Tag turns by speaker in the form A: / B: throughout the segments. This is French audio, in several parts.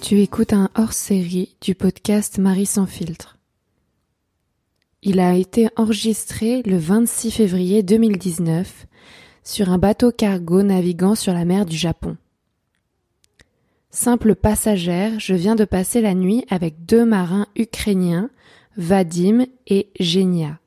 A: Tu écoutes un hors-série du podcast Marie sans filtre. Il a été enregistré le 26 février 2019 sur un bateau cargo naviguant sur la mer du Japon. Simple passagère, je viens de passer la nuit avec 2 marins ukrainiens, Vadim et Genia.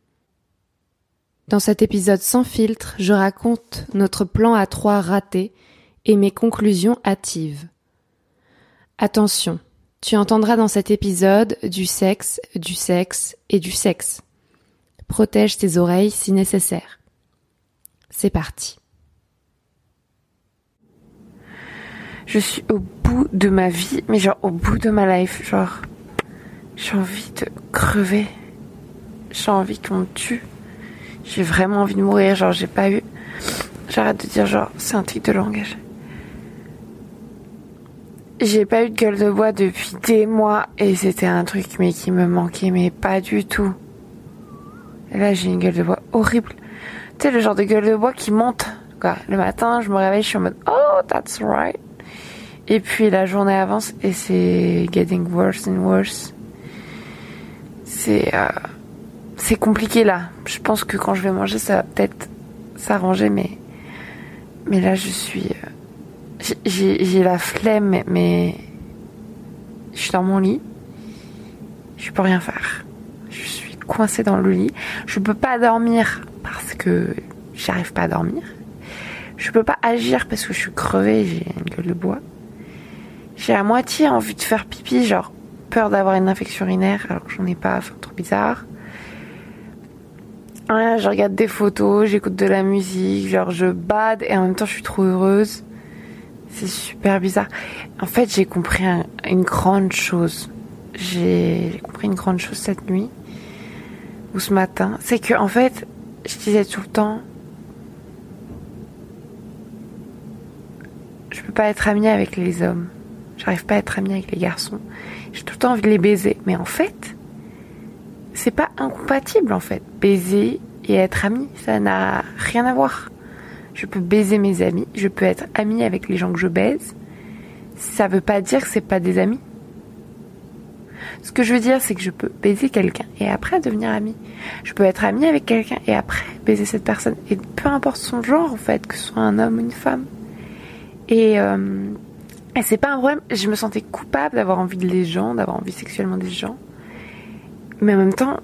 A: Dans cet épisode sans filtre, je raconte notre plan à 3 raté et mes conclusions hâtives. Attention, tu entendras dans cet épisode du sexe et du sexe. Protège tes oreilles si nécessaire. C'est parti.
B: Je suis au bout de ma vie, mais genre au bout de ma life, genre j'ai envie de crever, j'ai envie qu'on me tue, j'ai vraiment envie de mourir, genre j'arrête de dire genre c'est un truc de langage. J'ai pas eu de gueule de bois depuis des mois et c'était un truc mais qui me manquait mais pas du tout. Et là j'ai une gueule de bois horrible. Tu sais le genre de gueule de bois qui monte quoi. Le matin je me réveille, je suis en mode oh that's right. Et puis la journée avance et c'est getting worse and worse. C'est compliqué là. Je pense que quand je vais manger ça va peut-être s'arranger mais là je suis j'ai la flemme, mais je suis dans mon lit, je peux rien faire. Je suis coincée dans le lit. Je peux pas dormir parce que j'arrive pas à dormir. Je peux pas agir parce que je suis crevée, j'ai une gueule de bois. J'ai à moitié envie de faire pipi, genre peur d'avoir une infection urinaire alors que j'en ai pas, enfin trop bizarre. Ouais, je regarde des photos, j'écoute de la musique, genre je bade et en même temps je suis trop heureuse. C'est super bizarre. En fait, j'ai compris une grande chose. J'ai compris une grande chose cette nuit ou ce matin. C'est que, en fait, je disais tout le temps, je peux pas être amie avec les hommes. J'arrive pas à être amie avec les garçons. J'ai tout le temps envie de les baiser. Mais en fait, c'est pas incompatible, en fait. Baiser et être amie, ça n'a rien à voir. Je peux baiser mes amis, je peux être amie avec les gens que je baise. Ça veut pas dire que c'est pas des amis. Ce que je veux dire, c'est que je peux baiser quelqu'un et après devenir amie. Je peux être amie avec quelqu'un et après baiser cette personne. Et peu importe son genre, en fait, que ce soit un homme ou une femme. Et c'est pas un problème. Je me sentais coupable d'avoir envie de les gens, d'avoir envie sexuellement des gens. Mais en même temps,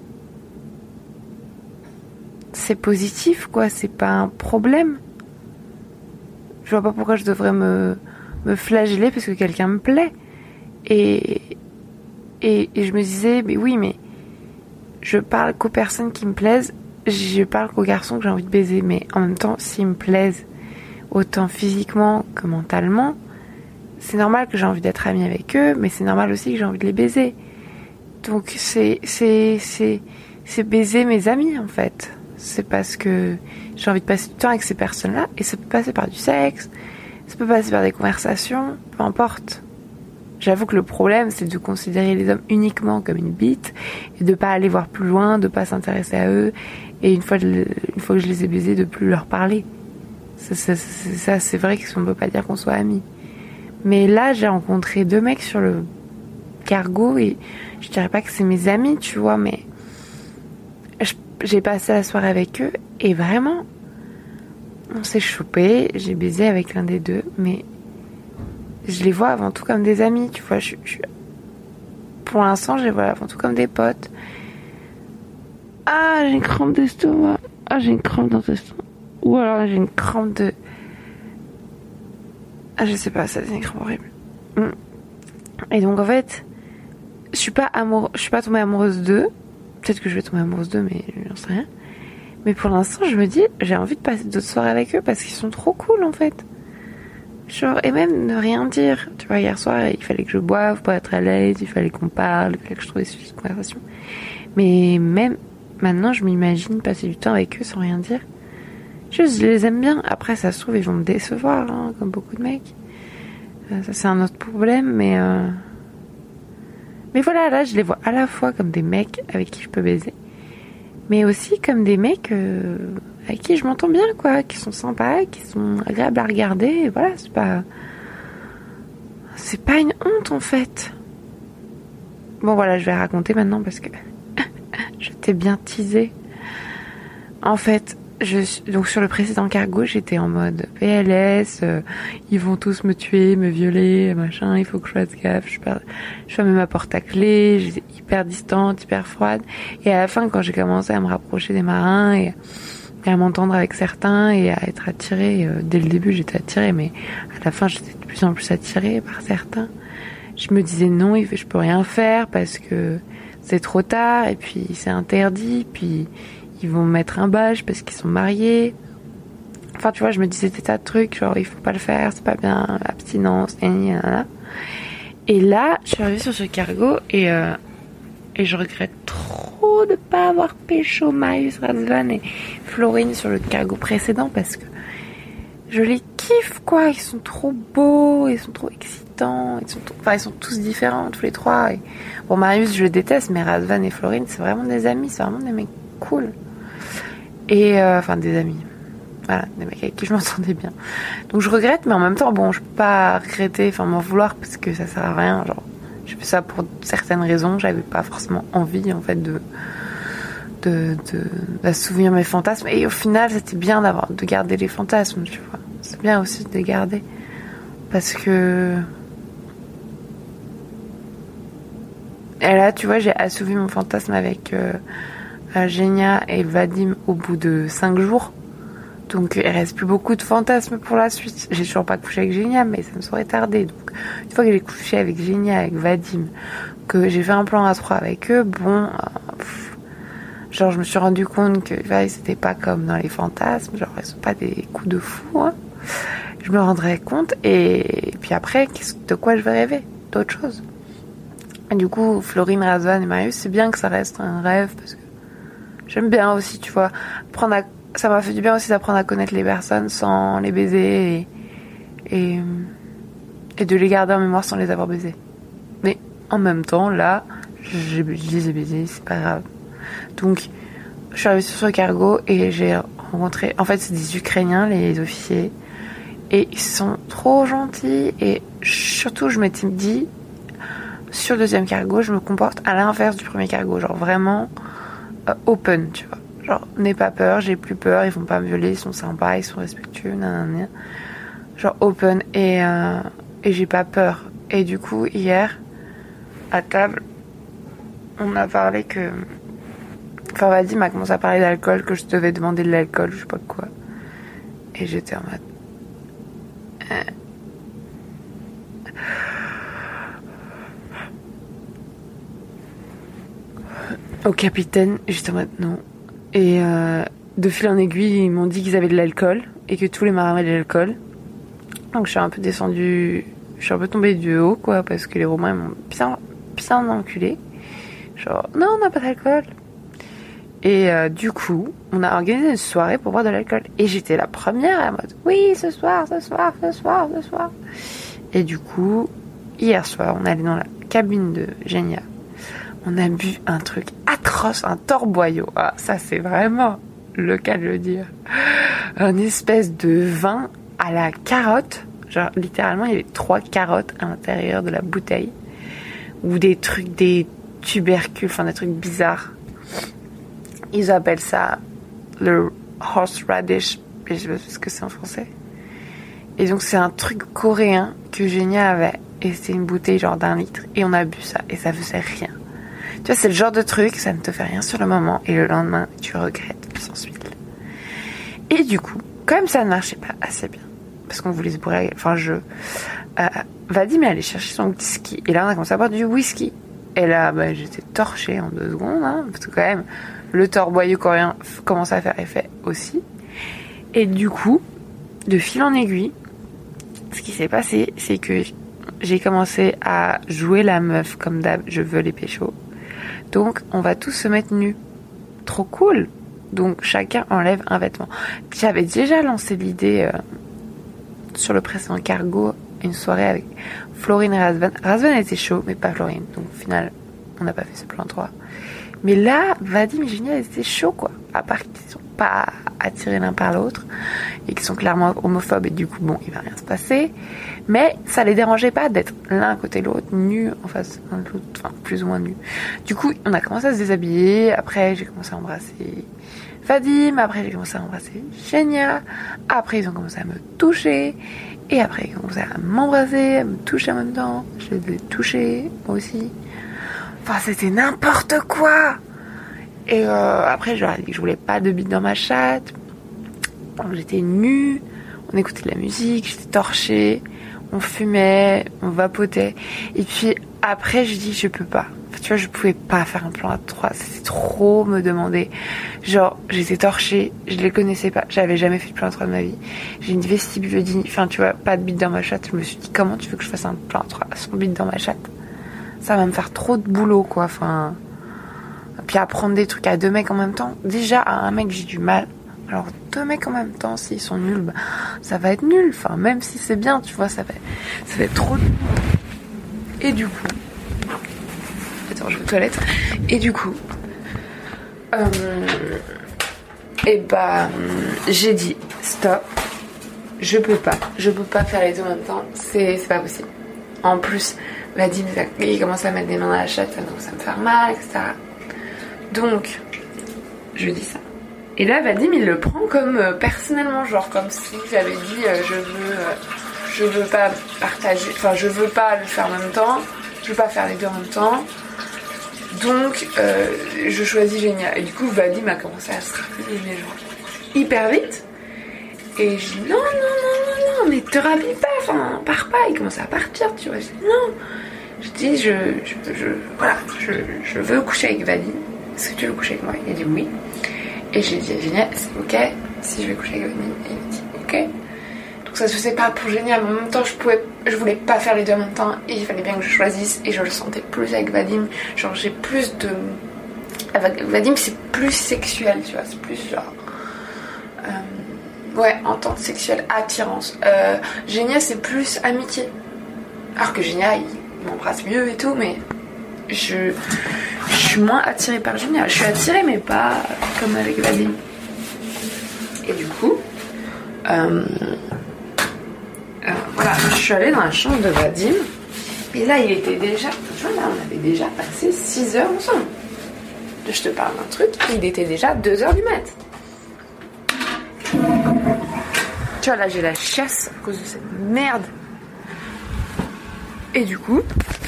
B: c'est positif, quoi. C'est pas un problème. Je vois pas pourquoi je devrais me flageller parce que quelqu'un me plaît. Et je me disais, mais oui, mais je parle qu'aux personnes qui me plaisent, je parle qu'aux garçons que j'ai envie de baiser. Mais en même temps, s'ils me plaisent autant physiquement que mentalement, c'est normal que j'ai envie d'être amie avec eux, mais c'est normal aussi que j'ai envie de les baiser. Donc c'est baiser mes amis, en fait. C'est parce que j'ai envie de passer du temps avec ces personnes-là et ça peut passer par du sexe, ça peut passer par des conversations, peu importe. J'avoue que le problème, c'est de considérer les hommes uniquement comme une bite et de pas aller voir plus loin, de pas s'intéresser à eux et une fois que je les ai baisés, de plus leur parler. Ça c'est vrai qu'on ne peut pas dire qu'on soit amis. Mais là, j'ai rencontré 2 mecs sur le cargo et je dirais pas que c'est mes amis, tu vois, mais j'ai passé la soirée avec eux et vraiment on s'est chopé, j'ai baisé avec l'un des 2 mais je les vois avant tout comme des amis, tu vois, pour l'instant je les vois avant tout comme des potes. Ah, j'ai une crampe d'estomac, j'ai une crampe dans l'estomac, ou alors j'ai une crampe de je sais pas, ça c'est une crampe horrible. Et donc en fait je suis pas tombée amoureuse d'eux. Peut-être que je vais tomber amoureuse d'eux, mais j'en sais rien. Mais pour l'instant, je me dis, j'ai envie de passer d'autres soirées avec eux parce qu'ils sont trop cool, en fait. Genre, et même ne rien dire. Tu vois, hier soir, il fallait que je boive pour être à l'aise, il fallait qu'on parle, il fallait que je trouve des sujets de conversation. Mais même maintenant, je m'imagine passer du temps avec eux sans rien dire. Juste, je les aime bien. Après, ça se trouve, ils vont me décevoir, hein, comme beaucoup de mecs. Ça, c'est un autre problème, mais voilà, là, je les vois à la fois comme des mecs avec qui je peux baiser, mais aussi comme des mecs avec qui je m'entends bien, quoi, qui sont sympas, qui sont agréables à regarder, et voilà, c'est pas... C'est pas une honte en fait. Bon voilà, je vais raconter maintenant parce que je t'ai bien teasé. En fait, donc sur le précédent cargo, j'étais en mode PLS, ils vont tous me tuer, me violer, machin, il faut que je fasse gaffe, je fermais ma porte à clé, j'étais hyper distante, hyper froide. Et à la fin, quand j'ai commencé à me rapprocher des marins et à m'entendre avec certains et à être attirée, dès le début j'étais attirée, mais à la fin j'étais de plus en plus attirée par certains. Je me disais non, je peux rien faire parce que c'est trop tard et puis c'est interdit, puis ils vont me mettre un badge parce qu'ils sont mariés. Enfin, tu vois, je me disais des tas de trucs, genre il faut pas le faire, c'est pas bien, abstinence, et là, je suis arrivée sur ce cargo et je regrette trop de pas avoir pécho Marius, Razvan et Florine sur le cargo précédent parce que je les kiffe, quoi. Ils sont trop beaux, ils sont trop excitants, ils sont tous différents, tous les trois. Et bon, Marius, je le déteste, mais Razvan et Florine, c'est vraiment des amis, c'est vraiment des mecs cool. Et enfin, des amis. Voilà, des mecs avec qui je m'entendais bien. Donc je regrette, mais en même temps, bon, je peux pas regretter, enfin m'en vouloir parce que ça sert à rien. Genre, j'ai fait ça pour certaines raisons. J'avais pas forcément envie, en fait, d'assouvir mes fantasmes. Et au final, c'était bien de garder les fantasmes, tu vois. C'est bien aussi de les garder. Parce que... Et là, tu vois, j'ai assouvi mon fantasme avec Genia et Vadim au bout de 5 jours. Donc, il reste plus beaucoup de fantasmes pour la suite. J'ai toujours pas couché avec Genia, mais ça me serait tardé. Donc, une fois que j'ai couché avec Genia, avec Vadim, que j'ai fait un plan à 3 avec eux, bon... genre, je me suis rendu compte que c'était pas comme dans les fantasmes. Genre, ils sont pas des coups de fou, hein. Je me rendrai compte et puis après, de quoi je vais rêver? D'autres choses. Et du coup, Florine, Razvan et Marius, c'est bien que ça reste un rêve parce que j'aime bien aussi, tu vois, ça m'a fait du bien aussi d'apprendre à connaître les personnes sans les baiser et de les garder en mémoire sans les avoir baisés. Mais en même temps, là, je les ai baisés, c'est pas grave. Donc, je suis arrivée sur ce cargo et j'ai rencontré... En fait, c'est des Ukrainiens, les officiers. Et ils sont trop gentils. Et surtout, je m'étais dit, sur le deuxième cargo, je me comporte à l'inverse du premier cargo. Genre vraiment open, tu vois. Genre, n'aie pas peur, j'ai plus peur, ils vont pas me violer, ils sont sympas, ils sont respectueux, nanana. Genre open et j'ai pas peur. Et du coup, hier, à table, on a parlé que... Enfin, Vadim m'a commencé à parler d'alcool, que je devais demander de l'alcool, je sais pas quoi. Et j'étais en mode... Au capitaine, j'étais en mode non. Et de fil en aiguille, ils m'ont dit qu'ils avaient de l'alcool et que tous les marins avaient de l'alcool. Donc je suis un peu descendue, je suis un peu tombée du haut, quoi, parce que les Romains m'ont bien enculé. Genre, non, on n'a pas d'alcool. Et du coup, on a organisé une soirée pour boire de l'alcool. Et j'étais la première à mode, oui, ce soir. Et du coup, hier soir, on est allé dans la cabine de Genia. On a bu un truc atroce, un torboyau. Ah, ça, c'est vraiment le cas de le dire. Un espèce de vin à la carotte. Genre, littéralement, il y avait 3 carottes à l'intérieur de la bouteille. Ou des trucs, des tubercules, enfin des trucs bizarres. Ils appellent ça le horseradish. Je sais pas ce que c'est en français. Et donc, c'est un truc coréen que Genia avait. Et c'est une bouteille genre d'1 litre. Et on a bu ça. Et ça faisait rien. Tu vois, c'est le genre de truc, ça ne te fait rien sur le moment, et le lendemain, tu regrettes sans suite. Et du coup, comme ça ne marchait pas assez bien, parce qu'on voulait se bourrer, Vadim est allé chercher son whisky, et là on a commencé à boire du whisky. Et là, j'étais torchée en 2 secondes, hein, parce que quand même, le torboyau coréen commence à faire effet aussi. Et du coup, de fil en aiguille, ce qui s'est passé, c'est que j'ai commencé à jouer la meuf, comme d'hab, je veux les péchos. Donc, on va tous se mettre nus. Trop cool. Donc, chacun enlève un vêtement. J'avais déjà lancé l'idée sur le précédent cargo, une soirée avec Florine et Razvan. Razvan était chaud, mais pas Florine. Donc, au final, on n'a pas fait ce plan 3. Mais là, Vadim et Genia, ils étaient chauds, quoi. À part qu'ils sont pas attirés l'un par l'autre et qui sont clairement homophobes et du coup bon il va rien se passer, mais ça les dérangeait pas d'être l'un à côté de l'autre, nus en face l'un de l'autre, enfin plus ou moins nus. Du coup on a commencé à se déshabiller, après j'ai commencé à embrasser Vadim, après j'ai commencé à embrasser Genia, après ils ont commencé à me toucher et après ils ont commencé à m'embrasser, à me toucher en même temps, je les ai touchés moi aussi, enfin c'était n'importe quoi. Et après, je leur ai dit que je voulais pas de bite dans ma chatte. Donc, j'étais nue, on écoutait de la musique, j'étais torchée, on fumait, on vapotait. Et puis après, je dis je peux pas. Enfin, tu vois, je pouvais pas faire un plan à 3, c'était trop me demander. Genre, j'étais torchée, je les connaissais pas, j'avais jamais fait de plan à 3 de ma vie. J'ai une vestibulodynie, enfin tu vois, pas de bite dans ma chatte. Je me suis dit comment tu veux que je fasse un plan à 3 sans bite dans ma chatte? Ça va me faire trop de boulot quoi, enfin... Puis apprendre des trucs à 2 mecs en même temps. Déjà, à un mec, j'ai du mal. Alors, 2 mecs en même temps, s'ils sont nuls, bah, ça va être nul. Enfin, même si c'est bien, tu vois, ça va être trop nul. Et du coup... Attends, je vais aux toilettes. Et du coup... j'ai dit, stop. Je peux pas faire les deux en même temps. C'est pas possible. En plus, Vadim, il commence à mettre des mains dans la chatte, ça commence à me faire mal, etc. Donc, je dis ça. Et là, Vadim, il le prend comme personnellement, genre comme si j'avais dit je veux pas partager, enfin je veux pas le faire en même temps, je veux pas faire les deux en même temps. Donc, je choisis Genia. Et du coup, Vadim a commencé à se rappeler genre hyper vite. Et je dis non, mais te rhabille pas, enfin pars pas. Il commence à partir, tu vois. Je dis non. Je dis je veux coucher avec Vadim. Est-ce que tu veux coucher avec moi? Il a dit oui. Et j'ai dit à Génia, c'est ok si je vais coucher avec Vadim? Et il m'a dit ok. Donc ça se faisait pas pour Génia, mais en même temps je voulais pas faire les deux en même temps et il fallait bien que je choisisse et je le sentais plus avec Vadim. Genre j'ai plus de... Avec Vadim c'est plus sexuel, tu vois, c'est plus genre... entente sexuelle, attirance. Génia c'est plus amitié. Alors que Génia il m'embrasse mieux et tout, mais je suis moins attirée par Génia. Je suis attirée mais pas comme avec Vadim. Et du coup je suis allée dans la chambre de Vadim et là il était déjà, tu vois là on avait déjà passé 6 heures ensemble. Je te parle d'un truc, il était déjà 2h du mat'. Tu vois là j'ai la chiasse à cause de cette merde. Et du coup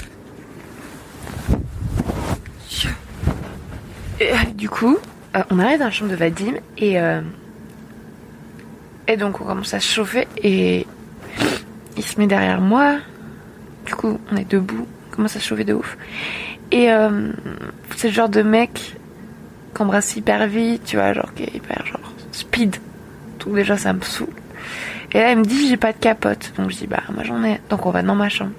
B: on arrive dans la chambre de Vadim et donc on commence à se chauffer et il se met derrière moi. Du coup on est debout, on commence à se chauffer de ouf. Et c'est le genre de mec qui embrasse hyper vite, tu vois, genre qui est hyper genre speed. Donc déjà ça me saoule. Et là il me dit j'ai pas de capote. Donc je dis bah moi j'en ai. Donc on va dans ma chambre.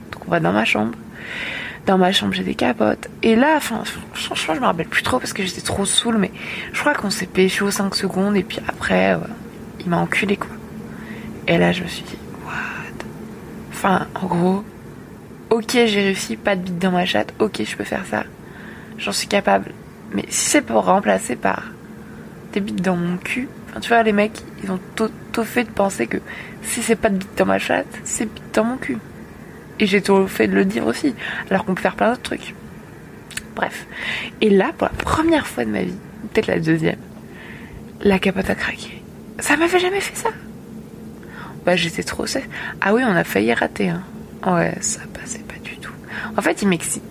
B: Dans ma chambre j'ai des capotes. Et là, franchement je me rappelle plus trop parce que j'étais trop saoule, mais je crois qu'on s'est pécho 5 secondes et puis après il m'a enculé quoi. Et là je me suis dit what. Enfin en gros, ok j'ai réussi, pas de bite dans ma chatte, ok je peux faire ça, j'en suis capable. Mais si c'est pour remplacer par des bites dans mon cul, enfin tu vois les mecs ils ont tout fait de penser que si c'est pas de bite dans ma chatte, c'est bite dans mon cul. Et j'ai tout fait de le dire aussi, alors qu'on peut faire plein d'autres trucs. Bref. Et là, pour la première fois de ma vie, peut-être la deuxième, la capote a craqué. Ça m'avait jamais fait ça. Bah j'étais trop safe. Ah oui, on a failli rater. Hein. Ouais, ça passait pas du tout. En fait,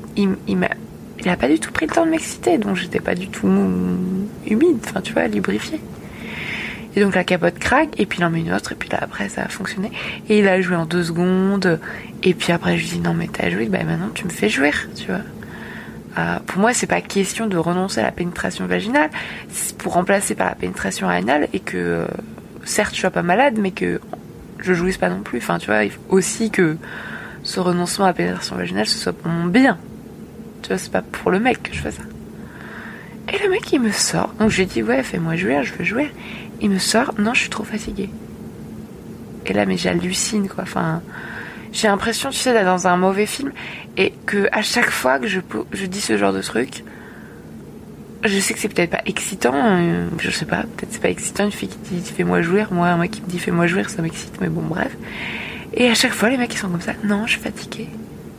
B: il a pas du tout pris le temps de m'exciter, donc j'étais pas du tout humide, enfin tu vois, lubrifiée. Et donc la capote craque, et puis il en met une autre, et puis là après ça a fonctionné. Et il a joué en 2 secondes, et puis après je lui dis non mais t'as joué, bah maintenant tu me fais jouir, tu vois. Pour moi c'est pas question de renoncer à la pénétration vaginale, c'est pour remplacer par la pénétration anale, et que certes je sois pas malade, mais que je jouisse pas non plus. Enfin tu vois, il faut aussi que ce renoncement à la pénétration vaginale ce soit pour mon bien. Tu vois, c'est pas pour le mec que je fais ça. Et le mec il me sort, donc je lui dis ouais fais-moi jouir, je veux jouer. Il me sort, non je suis trop fatiguée. Et là mais j'hallucine quoi, enfin j'ai l'impression tu sais d'être dans un mauvais film et que à chaque fois que je dis ce genre de truc je sais que c'est peut-être pas excitant, je sais pas, peut-être c'est pas excitant une fille qui dit fais-moi jouir, moi un mec qui me dit fais-moi jouir, ça m'excite, mais bon bref. Et à chaque fois les mecs ils sont comme ça, non je suis fatiguée.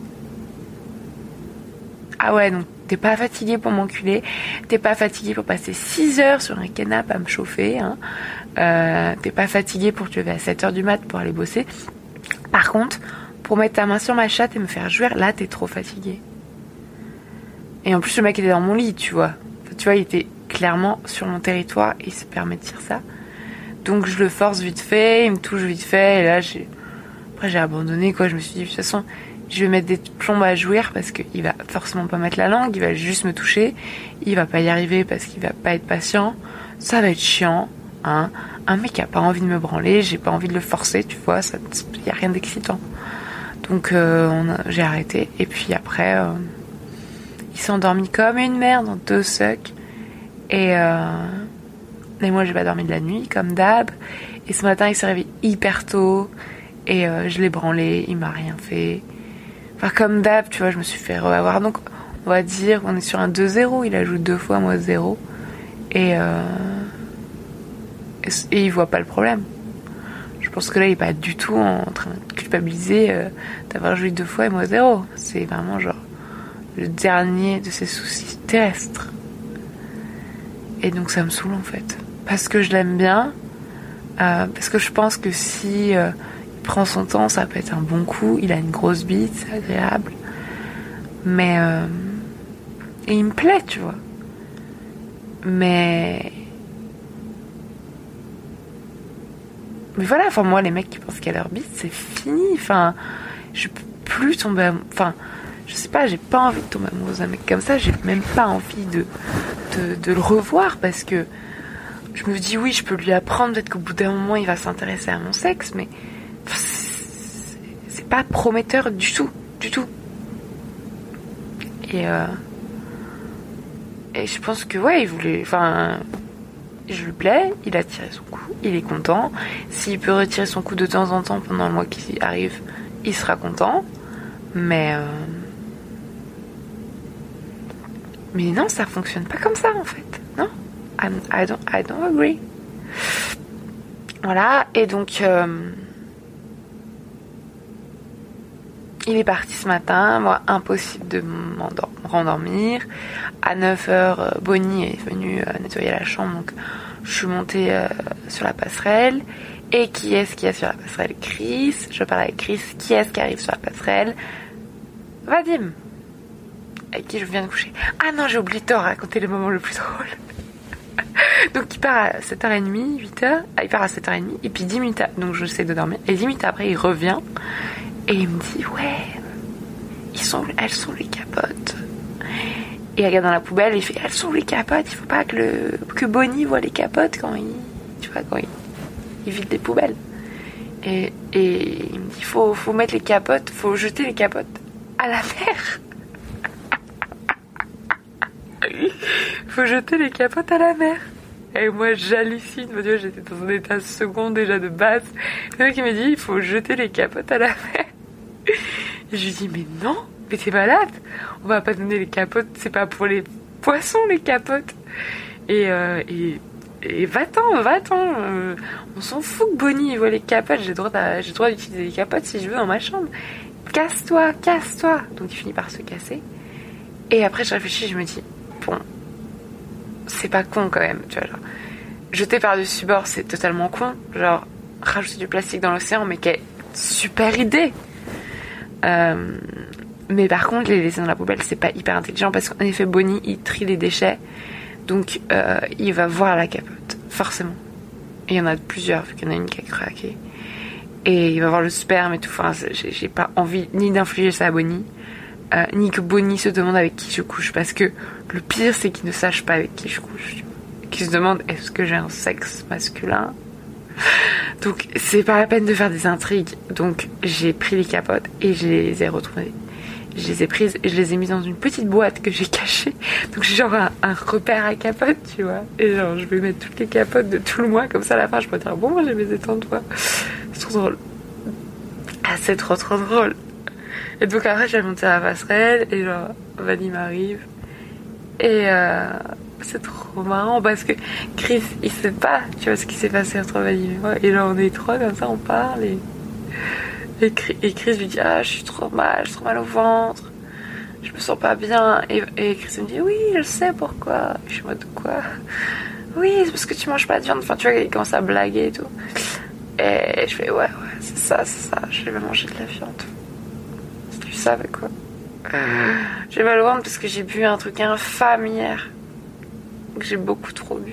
B: Ah ouais, donc t'es pas fatigué pour m'enculer, t'es pas fatigué pour passer 6 heures sur un canapé à me chauffer, hein. T'es pas fatigué pour te lever à 7h du mat pour aller bosser. Par contre, pour mettre ta main sur ma chatte et me faire jouir, là t'es trop fatigué. Et en plus le mec était dans mon lit, tu vois. Tu vois, il était clairement sur mon territoire et il se permet de dire ça. Donc je le force vite fait, il me touche vite fait, et là après j'ai abandonné quoi, je me suis dit de toute façon je vais mettre des plombes à jouir parce qu'il va forcément pas mettre la langue, il va juste me toucher, il va pas y arriver parce qu'il va pas être patient, ça va être chiant, hein. Un mec a pas envie de me branler, j'ai pas envie de le forcer, tu vois, y a rien d'excitant. Donc j'ai arrêté, et puis après il s'est endormi comme une merde en 2 secs, et moi j'ai pas dormi de la nuit comme d'hab, et ce matin il s'est réveillé hyper tôt, et je l'ai branlé, il m'a rien fait. Enfin, comme d'hab, tu vois, je me suis fait avoir. Donc, on va dire qu'on est sur un 2-0. Il ajoute 2 fois, moi 0. Et il voit pas le problème. Je pense que là, il est pas du tout en train de culpabiliser d'avoir joué 2 fois et moi 0. C'est vraiment genre le dernier de ses soucis terrestres. Et donc, ça me saoule en fait. Parce que je l'aime bien. Parce que je pense que si... prend son temps, ça peut être un bon coup, il a une grosse bite, c'est agréable, mais et il me plaît, tu vois, mais voilà, enfin moi les mecs qui pensent qu'à leur bite c'est fini, enfin je peux plus tomber enfin je sais pas, j'ai pas envie de tomber amoureuse d'un mec comme ça, j'ai même pas envie de le revoir, parce que je me dis oui je peux lui apprendre, peut-être qu'au bout d'un moment il va s'intéresser à mon sexe, mais c'est pas prometteur du tout. Et je pense que ouais, il voulait, enfin, je lui plais, il a tiré son coup, il est content. S'il peut retirer son coup de temps en temps pendant le mois qui arrive, il sera content. Mais non, ça fonctionne pas comme ça en fait. Non, I don't agree. Voilà, et donc il est parti ce matin, moi impossible de me rendormir. À 9h, Bonnie est venue nettoyer la chambre, donc je suis montée sur la passerelle. Et qui est-ce qu'il y a sur la passerelle? Chris. Je parle avec Chris. Qui est-ce qui arrive sur la passerelle? Vadim, avec qui je viens de coucher. Ah non, j'ai oublié de te raconter le moment le plus drôle. Donc il part à 7h30, 8h. Il part à 7h30, et puis 10 minutes donc j'essaie de dormir. Et 10 minutes après, il revient. Et il me dit, ouais, elles sont les capotes. Et il regarde dans la poubelle, et il fait, elles sont les capotes, il faut pas que Bonnie voit les capotes quand il vide les poubelles. Et il me dit, faut mettre les capotes, faut jeter les capotes à la mer. Faut jeter les capotes à la mer. Et moi j'hallucine, mon Dieu, j'étais dans un état second déjà de base. Le mec il m'a dit, il faut jeter les capotes à la mer. Et je lui dis, mais non, mais t'es malade, on va pas donner les capotes, c'est pas pour les poissons les capotes. Et va-t'en, on s'en fout que Bonnie voit les capotes, j'ai le droit d'utiliser les capotes si je veux dans ma chambre. Casse-toi. Donc il finit par se casser. Et après je réfléchis, je me dis, bon, c'est pas con quand même, tu vois, genre, jeter par-dessus bord c'est totalement con, genre rajouter du plastique dans l'océan, mais quelle super idée. Mais par contre les laisser dans la poubelle c'est pas hyper intelligent, parce qu'en effet Bonnie il trie les déchets, donc il va voir la capote forcément, et il y en a plusieurs vu qu'il y en a une qui a craqué, et il va voir le sperme et tout. Enfin j'ai pas envie ni d'infliger ça à Bonnie, ni que Bonnie se demande avec qui je couche, parce que le pire c'est qu'il ne sache pas avec qui je couche, qu'il se demande est-ce que j'ai un sexe masculin. Donc c'est pas la peine de faire des intrigues. Donc j'ai pris les capotes et je les ai retrouvées. Je les ai prises et je les ai mises dans une petite boîte que j'ai cachée. Donc j'ai genre un repère à capotes, tu vois. Et genre je vais mettre toutes les capotes de tout le mois, comme ça à la fin je peux dire bon moi j'ai mes étends-toi. C'est trop drôle. Ah c'est trop drôle. Et donc après j'ai monté à la passerelle et genre Vadim m'arrive. Et c'est trop marrant parce que Chris, il sait pas, tu vois, ce qui s'est passé entre Vadim et moi. Et là, on est trois comme ça, on parle et Chris lui dit ah, je suis trop mal au ventre, je me sens pas bien. Et Chris me dit oui, je sais pourquoi. Je suis en mode quoi? Oui, c'est parce que tu manges pas de viande. Enfin, tu vois, il commence à blaguer et tout. Et je fais ouais, c'est ça, je vais manger de la viande. Si tu savais quoi. J'ai mal au ventre parce que j'ai bu un truc infâme hier. J'ai beaucoup trop bu.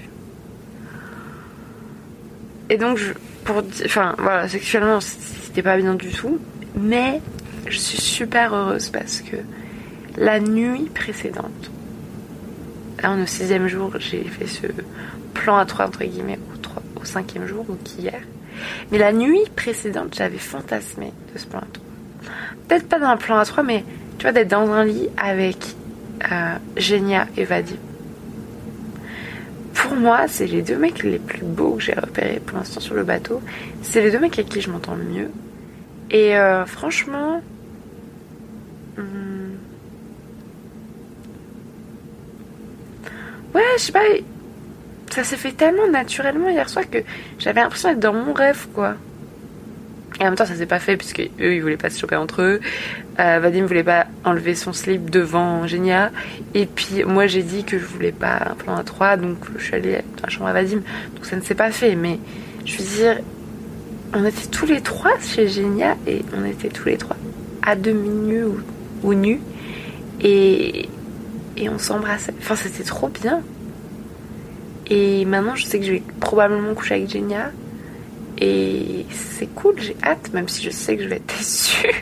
B: Et donc, voilà, sexuellement, c'était pas bien du tout. Mais je suis super heureuse parce que la nuit précédente, là, on est au 6e jour, j'ai fait ce plan à 3 entre guillemets au 5e jour, donc hier. Mais la nuit précédente, j'avais fantasmé de ce plan à 3. Peut-être pas dans un plan à 3, mais tu vois, d'être dans un lit avec Genia et Vadim. Pour moi, c'est les 2 mecs les plus beaux que j'ai repérés pour l'instant sur le bateau. C'est les 2 mecs avec qui je m'entends le mieux. Et franchement... ouais, je sais pas... Ça s'est fait tellement naturellement hier soir que j'avais l'impression d'être dans mon rêve, quoi. Et en même temps, ça s'est pas fait puisque eux, ils voulaient pas se choper entre eux. Vadim voulait pas enlever son slip devant Genia. Et puis moi, j'ai dit que je voulais pas un plan à 3, donc je suis allée dans la chambre à Vadim. Donc ça ne s'est pas fait. Mais je veux dire, on était tous les 3 chez Genia et on était tous les 3 à demi nus ou nus. Et on s'embrassait. Enfin, c'était trop bien. Et maintenant, je sais que je vais probablement coucher avec Genia. Et c'est cool, j'ai hâte, même si je sais que je vais être déçue.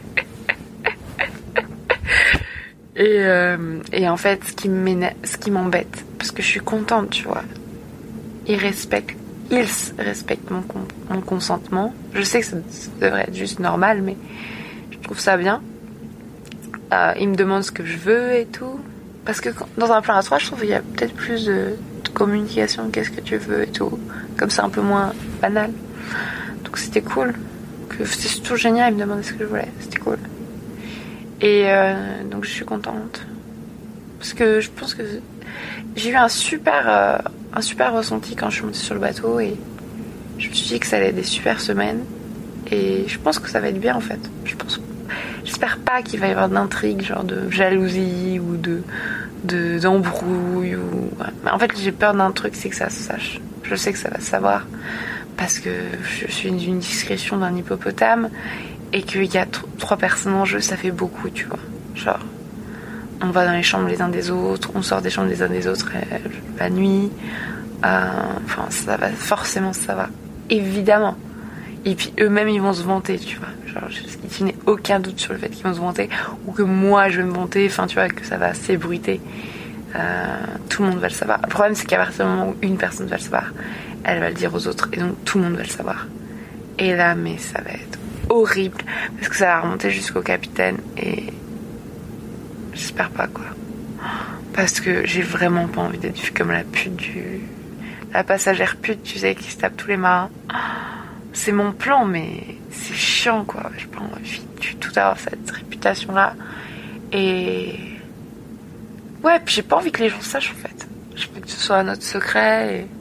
B: et en fait, ce qui m'embête, parce que je suis contente, tu vois, ils respectent mon consentement. Je sais que ça devrait être juste normal, mais je trouve ça bien. Ils me demandent ce que je veux et tout. Parce que dans un plan à 3, je trouve qu'il y a peut-être plus de communication, qu'est-ce que tu veux et tout. Comme c'est un peu moins banal. Donc c'était cool. C'était surtout génial, il me demandait ce que je voulais. C'était cool. Et donc je suis contente. Parce que je pense que j'ai eu un super ressenti quand je suis montée sur le bateau. Et je me suis dit que ça allait être des super semaines. Et je pense que ça va être bien en fait. J'espère pas qu'il va y avoir d'intrigue, genre de jalousie ou d'embrouille. Mais en fait, j'ai peur d'un truc, c'est que ça se sache. Je sais que ça va se savoir. Parce que je suis d'une discrétion d'un hippopotame. Et qu'il y a 3 personnes en jeu, ça fait beaucoup, tu vois. Genre, on va dans les chambres les uns des autres, on sort des chambres les uns des autres la nuit. Enfin, ça va, forcément, ça va. Évidemment. Et puis eux-mêmes, ils vont se vanter, tu vois. Genre, je n'ai aucun doute sur le fait qu'ils vont se vanter. Ou que moi, je vais me vanter. Enfin, tu vois, que ça va s'ébruiter. Tout le monde va le savoir. Le problème, c'est qu'à partir du moment où une personne va le savoir, elle va le dire aux autres. Et donc, tout le monde va le savoir. Et là, mais ça va être horrible. Parce que ça va remonter jusqu'au capitaine. Et j'espère pas, quoi. Parce que j'ai vraiment pas envie d'être vue comme la pute la passagère pute, tu sais, qui se tape tous les marins. C'est mon plan, mais c'est chiant, quoi. J'ai pas envie du tout d'avoir cette réputation-là. Et... ouais, puis j'ai pas envie que les gens sachent, en fait. J'ai pas envie que ce soit notre secret. Et...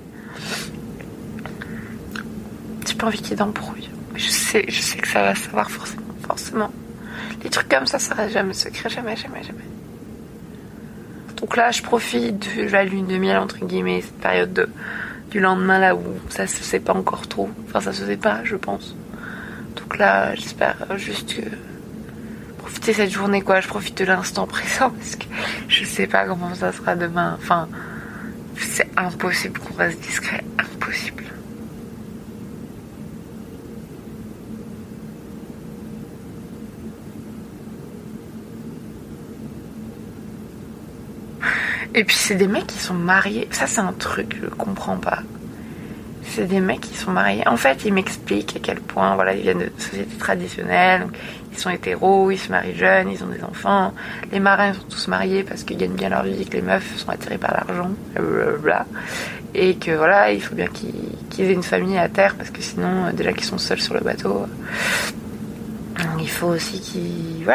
B: j'ai pas envie qu'il y ait d'embrouille. Je sais que ça va se savoir forcément. Les trucs comme ça reste jamais secret, jamais. Donc là, je profite de la lune de miel, entre guillemets, cette période du lendemain, là où ça se sait pas encore trop. Enfin, ça se sait pas, je pense. Donc là, j'espère juste que... profiter cette journée, quoi. Je profite de l'instant présent, parce que je sais pas comment ça sera demain. Enfin, c'est impossible qu'on reste discret. Impossible. Et puis c'est des mecs qui sont mariés. Ça, c'est un truc, je comprends pas. C'est des mecs qui sont mariés. En fait, ils m'expliquent à quel point, voilà, ils viennent de sociétés traditionnelles. Donc, ils sont hétéros, ils se marient jeunes, ils ont des enfants. Les marins sont tous mariés parce qu'ils gagnent bien leur vie, que les meufs sont attirées par l'argent, blablabla. Et que voilà, il faut bien qu'ils aient une famille à terre parce que sinon, déjà qu'ils sont seuls sur le bateau, il faut aussi qu'ils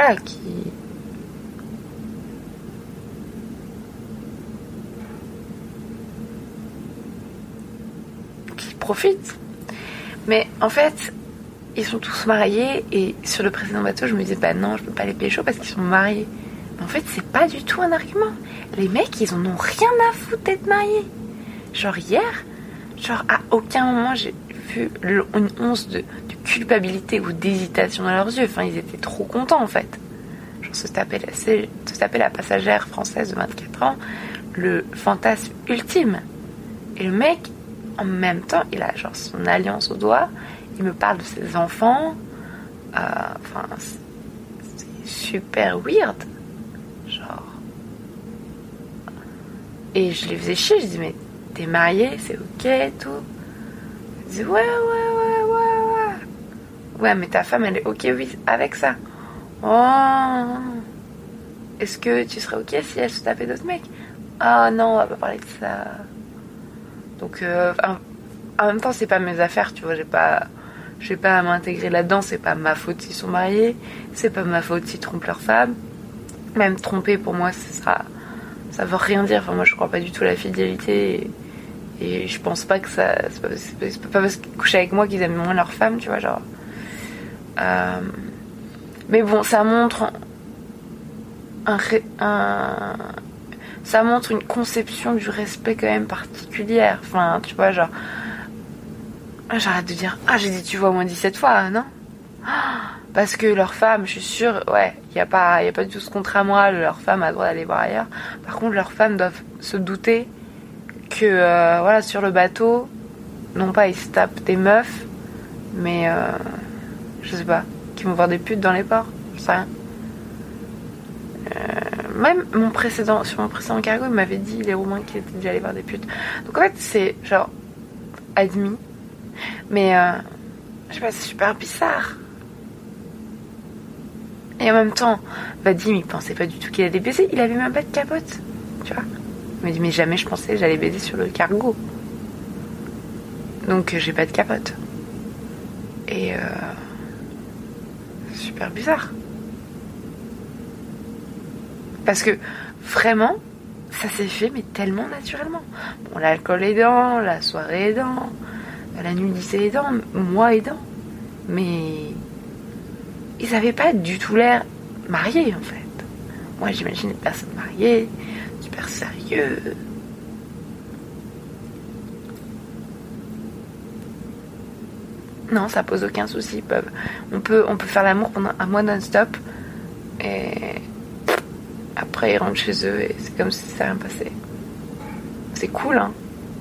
B: profitent. Mais en fait, ils sont tous mariés et sur le précédent bateau, je me disais bah non, je peux pas les pécho parce qu'ils sont mariés. Mais en fait, c'est pas du tout un argument. Les mecs, ils en ont rien à foutre d'être mariés. Genre hier, à aucun moment j'ai vu une once de culpabilité ou d'hésitation dans leurs yeux. Enfin, ils étaient trop contents en fait. Genre se taper la passagère française de 24 ans, le fantasme ultime. Et le mec, en même temps, il a genre son alliance au doigt. Il me parle de ses enfants. Enfin, c'est super weird. Genre. Et je les faisais chier. Je dis mais t'es marié, c'est ok et tout. Il dit ouais. Ouais, mais ta femme, elle est ok, oui, avec ça. Oh. Est-ce que tu serais ok si elle se tapait d'autres mecs? Ah non, on va pas parler de ça. Donc, en même temps, c'est pas mes affaires, tu vois. J'ai pas à m'intégrer là-dedans. C'est pas ma faute s'ils sont mariés. C'est pas ma faute s'ils trompent leur femme. Même tromper, pour moi, ça veut rien dire. Enfin, moi, je crois pas du tout à la fidélité. Et je pense pas que ça. C'est pas parce qu'ils couchent avec moi qu'ils aiment moins leur femme, tu vois, genre. Mais bon, ça montre ça montre une conception du respect quand même particulière. Enfin, tu vois, genre. J'arrête de dire. Ah, j'ai dit tu vois au moins 17 fois, non? Parce que leur femme, je suis sûre, ouais, y a pas du tout ce contrat moral. Leur femme a le droit d'aller voir ailleurs. Par contre, leurs femmes doivent se douter que, voilà, sur le bateau, non pas ils se tapent des meufs, mais je sais pas, qui vont voir des putes dans les ports, je sais rien. Même sur mon précédent cargo, il m'avait dit les Roumains qui étaient déjà allés voir des putes. Donc en fait, c'est genre admis, mais je sais pas, c'est super bizarre. Et en même temps, Vadim, il pensait pas du tout qu'il allait baiser, il avait même pas de capote, tu vois. Il m'a dit mais jamais je pensais que j'allais baiser sur le cargo. Donc j'ai pas de capote. Et c'est super bizarre. Parce que vraiment, ça s'est fait mais tellement naturellement. Bon, l'alcool aidant, la soirée aidant, la nudité aidant, moi aidant. Mais ils avaient pas du tout l'air mariés en fait. Moi j'imagine les personnes mariées, super sérieux. Non, ça pose aucun souci. On peut faire l'amour pendant un mois non-stop et après ils rentrent chez eux et c'est comme si ça rien passé. C'est cool, hein.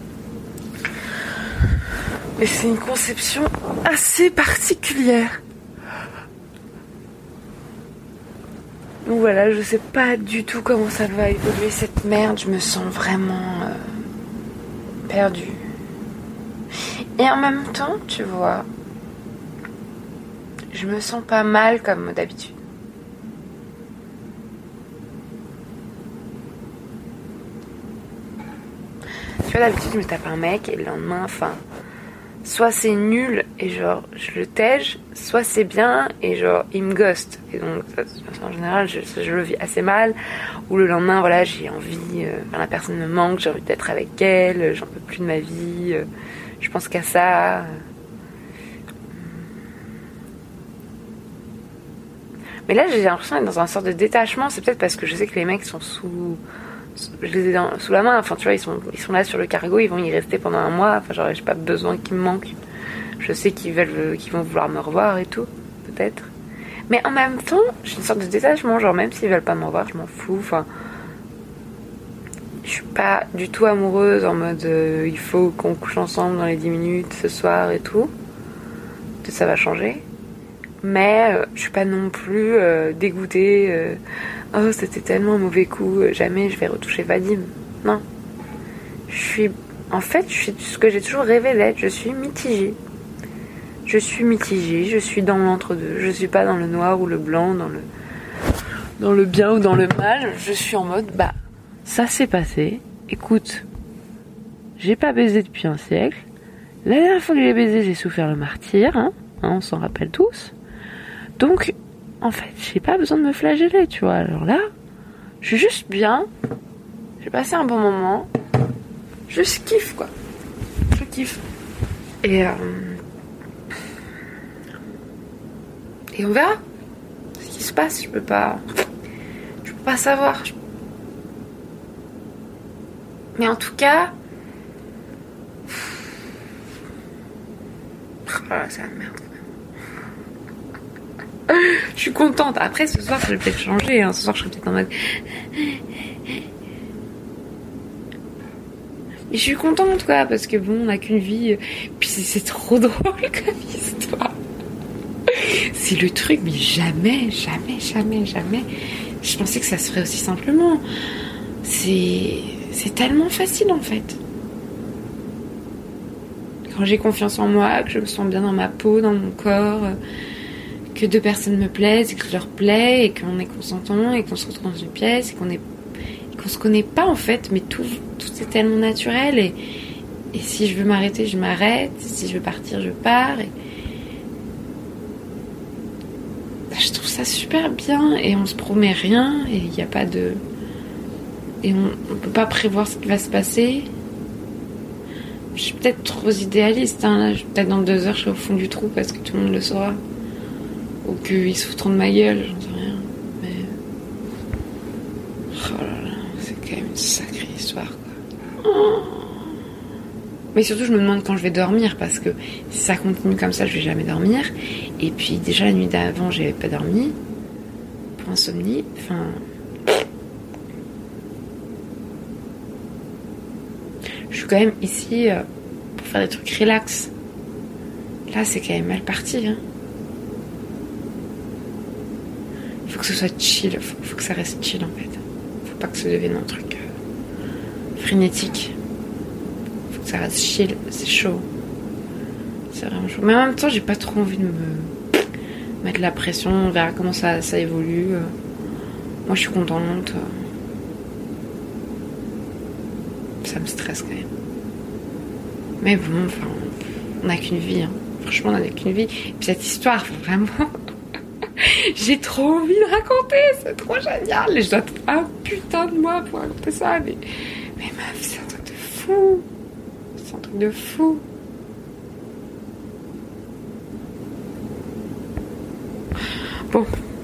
B: Mais c'est une conception assez particulière. Donc voilà, je sais pas du tout comment ça va évoluer cette merde. Je me sens vraiment perdue. Et en même temps, tu vois, je me sens pas mal comme d'habitude. Tu vois, d'habitude, je me tape un mec et le lendemain, enfin, soit c'est nul et genre, je le tège, soit c'est bien et genre, il me ghost. Et donc, ça, en général, je le vis assez mal. Ou le lendemain, voilà, j'ai envie, la personne me manque, j'ai envie d'être avec elle, j'en peux plus de ma vie, je pense qu'à ça. Mais là, j'ai l'impression d'être dans un sorte de détachement. C'est peut-être parce que je sais que les mecs sont je les ai sous la main. Enfin, tu vois, ils sont là sur le cargo, ils vont y rester pendant un mois. Enfin, genre, j'ai pas besoin qu'ils me manquent. Je sais qu'ils vont vouloir me revoir et tout, peut-être. Mais en même temps, j'ai une sorte de détachement. Genre, même s'ils veulent pas me revoir, je m'en fous. Enfin, je suis pas du tout amoureuse en mode il faut qu'on couche ensemble dans les 10 minutes ce soir et tout. Peut-être ça va changer. Mais je suis pas non plus dégoûtée. Oh, c'était tellement un mauvais coup. Jamais je vais retoucher Vadim. Non. Je suis ce que j'ai toujours rêvé d'être. Je suis mitigée. Je suis dans l'entre-deux. Je suis pas dans le noir ou le blanc, dans le bien ou dans le mal. Je suis en mode, bah, ça s'est passé. Écoute, j'ai pas baisé depuis un siècle. La dernière fois que j'ai baisé, j'ai souffert le martyre. Hein, on s'en rappelle tous. Donc, en fait, j'ai pas besoin de me flageller, tu vois. Alors là, je suis juste bien. J'ai passé un bon moment. Je kiffe, quoi. Je kiffe. Et on verra ce qui se passe. Je peux pas savoir. Mais en tout cas, c'est la merde. Je suis contente. Après, ce soir, je vais peut-être changer. Ce soir, je serai peut-être en mode... Mais je suis contente, quoi, parce que bon, on n'a qu'une vie. Puis c'est trop drôle comme histoire. C'est le truc, mais jamais. Je pensais que ça se ferait aussi simplement. C'est tellement facile, en fait. Quand j'ai confiance en moi, que je me sens bien dans ma peau, dans mon corps, que deux personnes me plaisent, et que je leur plais, et qu'on est consentant, et qu'on se retrouve dans une pièce, et qu'on se connaît pas, en fait, mais tout est tellement naturel, et si je veux m'arrêter, je m'arrête, si je veux partir, je pars, et... Je trouve ça super bien, et on se promet rien, et il n'y a pas de... Et on peut pas prévoir ce qui va se passer. Je suis peut-être trop idéaliste, là, peut-être dans 2 heures, je serai au fond du trou parce que tout le monde le saura. Ou qu'ils se foutront de ma gueule, j'en sais rien. Mais... Oh là là, c'est quand même une sacrée histoire, quoi. Oh. Mais surtout, je me demande quand je vais dormir, parce que si ça continue comme ça, je vais jamais dormir. Et puis, déjà, la nuit d'avant, j'avais pas dormi. Pour insomnie. Enfin... Je suis quand même ici pour faire des trucs relax. Là, c'est quand même mal parti. Il faut que ce soit chill. Faut que ça reste chill, en fait. Faut pas que ça devienne un truc frénétique. Faut que ça reste chill. C'est chaud. C'est vraiment chaud. Mais en même temps, j'ai pas trop envie de me mettre la pression. On verra comment ça évolue. Moi, je suis contente. Ça me stresse quand même. Mais bon, enfin, on n'a qu'une vie. Franchement, on n'a qu'une vie. Et puis cette histoire, vraiment, j'ai trop envie de raconter. C'est trop génial. Et je dois trouver un putain de moi pour raconter ça. Mais meuf, c'est un truc de fou. C'est un truc de fou. Bon.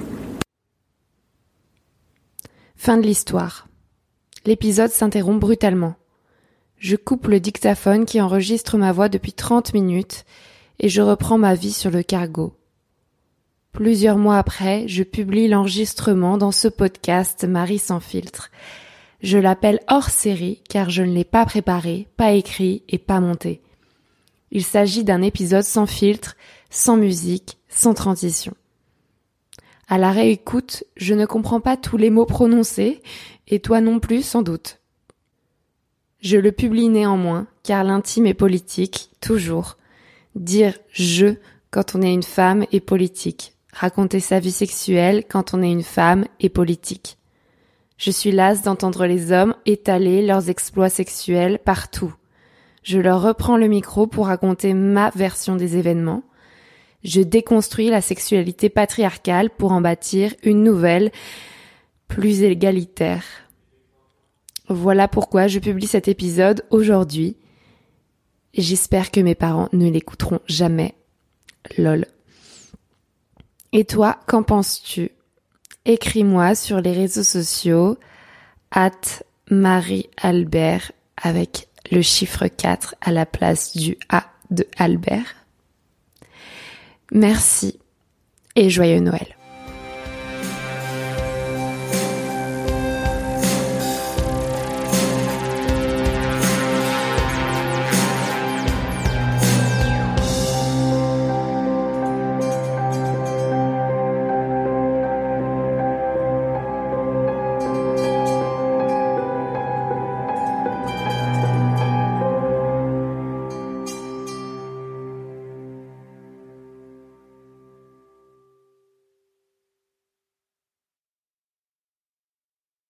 A: Fin de l'histoire. L'épisode s'interrompt brutalement. Je coupe le dictaphone qui enregistre ma voix depuis 30 minutes et je reprends ma vie sur le cargo. Plusieurs mois après, je publie l'enregistrement dans ce podcast Marie sans filtre. Je l'appelle hors série car je ne l'ai pas préparé, pas écrit et pas monté. Il s'agit d'un épisode sans filtre, sans musique, sans transition. À la réécoute, je ne comprends pas tous les mots prononcés, et toi non plus sans doute. Je le publie néanmoins, car l'intime est politique, toujours. Dire « je » quand on est une femme est politique. Raconter sa vie sexuelle quand on est une femme est politique. Je suis lasse d'entendre les hommes étaler leurs exploits sexuels partout. Je leur reprends le micro pour raconter ma version des événements. Je déconstruis la sexualité patriarcale pour en bâtir une nouvelle, plus égalitaire. Voilà pourquoi je publie cet épisode aujourd'hui. J'espère que mes parents ne l'écouteront jamais. Lol. Et toi, qu'en penses-tu ? Écris-moi sur les réseaux sociaux @MarieAlbert avec le chiffre 4 à la place du A de Albert. Merci et joyeux Noël.